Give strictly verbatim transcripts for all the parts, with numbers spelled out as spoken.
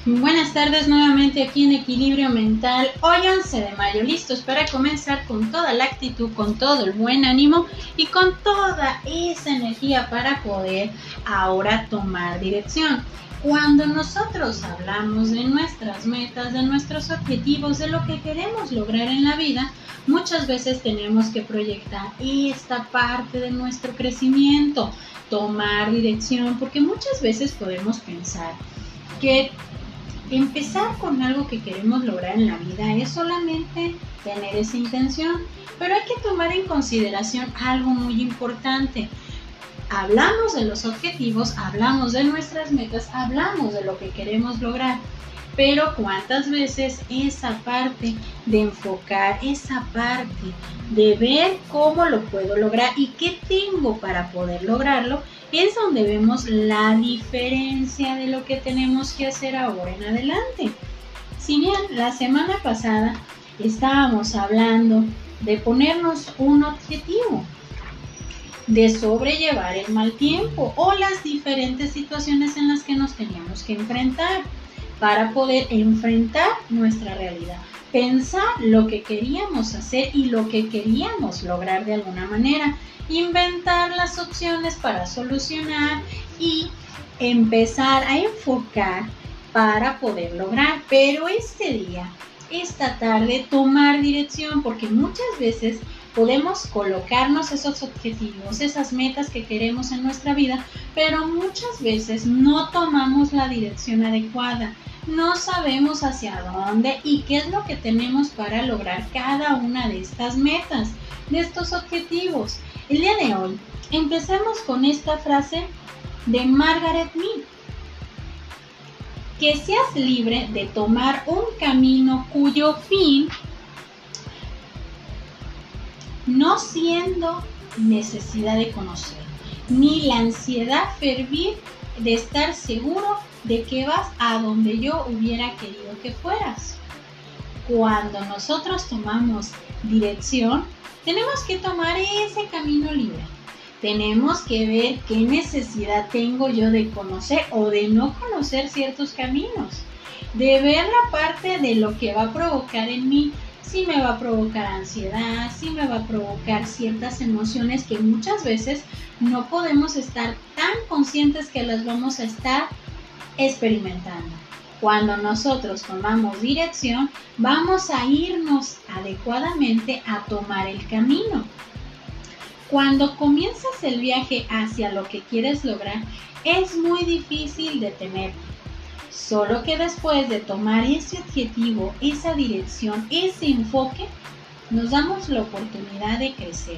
Buenas tardes nuevamente aquí en Equilibrio Mental, hoy once de mayo, listos para comenzar con toda la actitud, con todo el buen ánimo y con toda esa energía para poder ahora tomar dirección. Cuando nosotros hablamos de nuestras metas, de nuestros objetivos, de lo que queremos lograr en la vida, muchas veces tenemos que proyectar esta parte de nuestro crecimiento, tomar dirección, porque muchas veces podemos pensar que empezar con algo que queremos lograr en la vida es solamente tener esa intención, pero hay que tomar en consideración algo muy importante. Hablamos de los objetivos, hablamos de nuestras metas, hablamos de lo que queremos lograr, pero cuántas veces esa parte de enfocar, esa parte de ver cómo lo puedo lograr y qué tengo para poder lograrlo, es donde vemos la diferencia de lo que tenemos que hacer ahora en adelante. Si bien la semana pasada estábamos hablando de ponernos un objetivo, de sobrellevar el mal tiempo o las diferentes situaciones en las que nos teníamos que enfrentar para poder enfrentar nuestra realidad, pensar lo que queríamos hacer y lo que queríamos lograr de alguna manera, inventar las opciones para solucionar y empezar a enfocar para poder lograr. Pero este día, esta tarde, tomar dirección, porque muchas veces podemos colocarnos esos objetivos, esas metas que queremos en nuestra vida, pero muchas veces no tomamos la dirección adecuada, no sabemos hacia dónde y qué es lo que tenemos para lograr cada una de estas metas, de estos objetivos. El día de hoy, empecemos con esta frase de Margaret Mead: que seas libre de tomar un camino cuyo fin no siendo necesidad de conocer, ni la ansiedad fervir de estar seguro de que vas a donde yo hubiera querido que fueras. Cuando nosotros tomamos dirección, tenemos que tomar ese camino libre. Tenemos que ver qué necesidad tengo yo de conocer o de no conocer ciertos caminos, de ver la parte de lo que va a provocar en mí. Si me va a provocar ansiedad, si me va a provocar ciertas emociones que muchas veces no podemos estar tan conscientes que las vamos a estar experimentando. Cuando nosotros tomamos dirección, vamos a irnos adecuadamente a tomar el camino. Cuando comienzas el viaje hacia lo que quieres lograr, es muy difícil detenerlo. Solo que después de tomar ese objetivo, esa dirección, ese enfoque, nos damos la oportunidad de crecer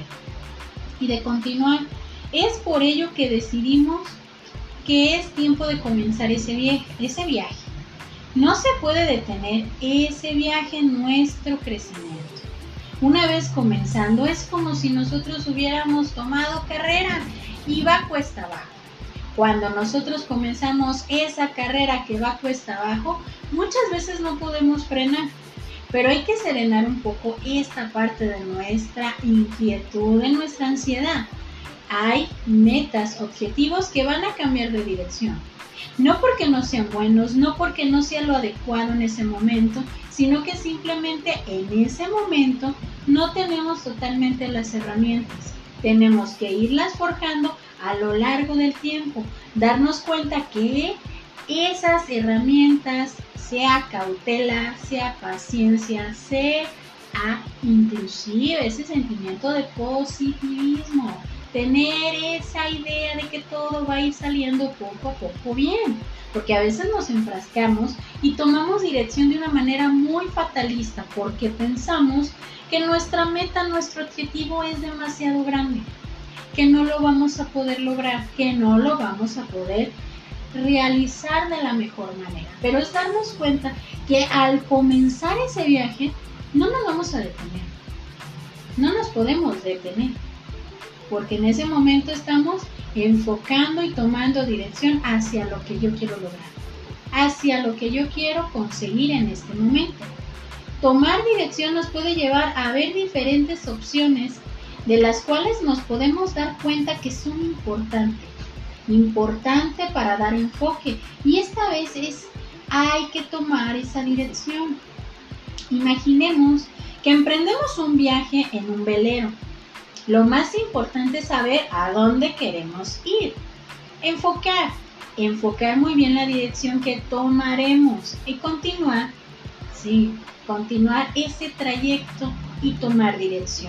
y de continuar. Es por ello que decidimos que es tiempo de comenzar ese viaje, ese viaje. No se puede detener ese viaje en nuestro crecimiento. Una vez comenzando, es como si nosotros hubiéramos tomado carrera y va cuesta abajo. Cuando nosotros comenzamos esa carrera que va cuesta abajo, muchas veces no podemos frenar, pero hay que serenar un poco esta parte de nuestra inquietud, de nuestra ansiedad. Hay metas, objetivos que van a cambiar de dirección. No porque no sean buenos, no porque no sea lo adecuado en ese momento, sino que simplemente en ese momento no tenemos totalmente las herramientas. Tenemos que irlas forjando a lo largo del tiempo, darnos cuenta que esas herramientas, sea cautela, sea paciencia, sea inclusive ese sentimiento de positivismo, tener esa idea de que todo va a ir saliendo poco a poco bien, porque a veces nos enfrascamos y tomamos dirección de una manera muy fatalista porque pensamos que nuestra meta, nuestro objetivo es demasiado grande, que no lo vamos a poder lograr, que no lo vamos a poder realizar de la mejor manera. Pero es darnos cuenta que al comenzar ese viaje no nos vamos a detener, no nos podemos detener, porque en ese momento estamos enfocando y tomando dirección hacia lo que yo quiero lograr, hacia lo que yo quiero conseguir en este momento. Tomar dirección nos puede llevar a ver diferentes opciones de las cuales nos podemos dar cuenta que son importantes, importante para dar enfoque, y esta vez es hay que tomar esa dirección. Imaginemos que emprendemos un viaje en un velero. Lo más importante es saber a dónde queremos ir. Enfocar, enfocar muy bien la dirección que tomaremos y continuar, sí, continuar ese trayecto y tomar dirección.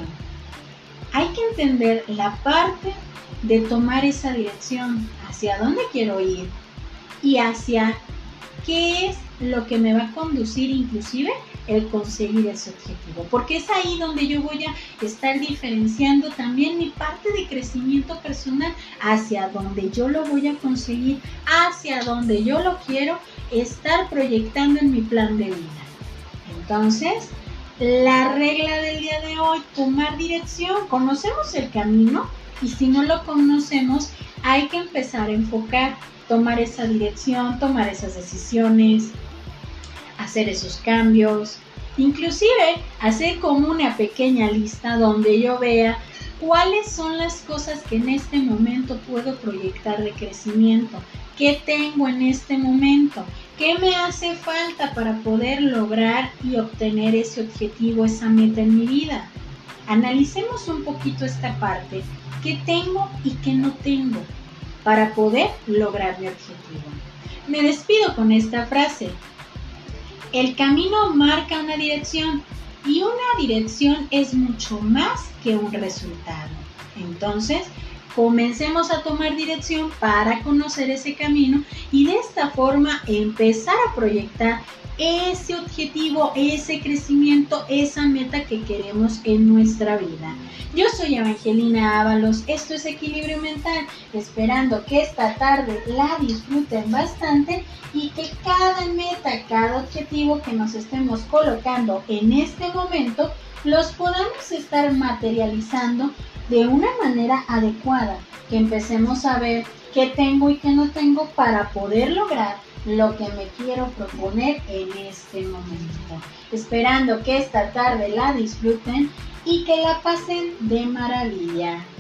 Hay que entender la parte de tomar esa dirección, hacia dónde quiero ir y hacia qué es lo que me va a conducir inclusive el conseguir ese objetivo, porque es ahí donde yo voy a estar diferenciando también mi parte de crecimiento personal hacia donde yo lo voy a conseguir, hacia donde yo lo quiero estar proyectando en mi plan de vida. Entonces, la regla del día de hoy, tomar dirección. Conocemos el camino y si no lo conocemos, hay que empezar a enfocar, tomar esa dirección, tomar esas decisiones, hacer esos cambios, inclusive hacer como una pequeña lista donde yo vea cuáles son las cosas que en este momento puedo proyectar de crecimiento, qué tengo en este momento, qué me hace falta para poder lograr y obtener ese objetivo, esa meta en mi vida. Analicemos un poquito esta parte, qué tengo y qué no tengo para poder lograr mi objetivo. Me despido con esta frase. El camino marca una dirección y una dirección es mucho más que un resultado. Entonces, comencemos a tomar dirección para conocer ese camino y de esta forma empezar a proyectar ese objetivo, ese crecimiento, esa meta que queremos en nuestra vida. Yo soy Evangelina Ábalos, esto es Equilibrio Mental, esperando que esta tarde la disfruten bastante y que cada meta, cada objetivo que nos estemos colocando en este momento, los podamos estar materializando de una manera adecuada, que empecemos a ver qué tengo y qué no tengo para poder lograr lo que me quiero proponer en este momento. Esperando que esta tarde la disfruten y que la pasen de maravilla.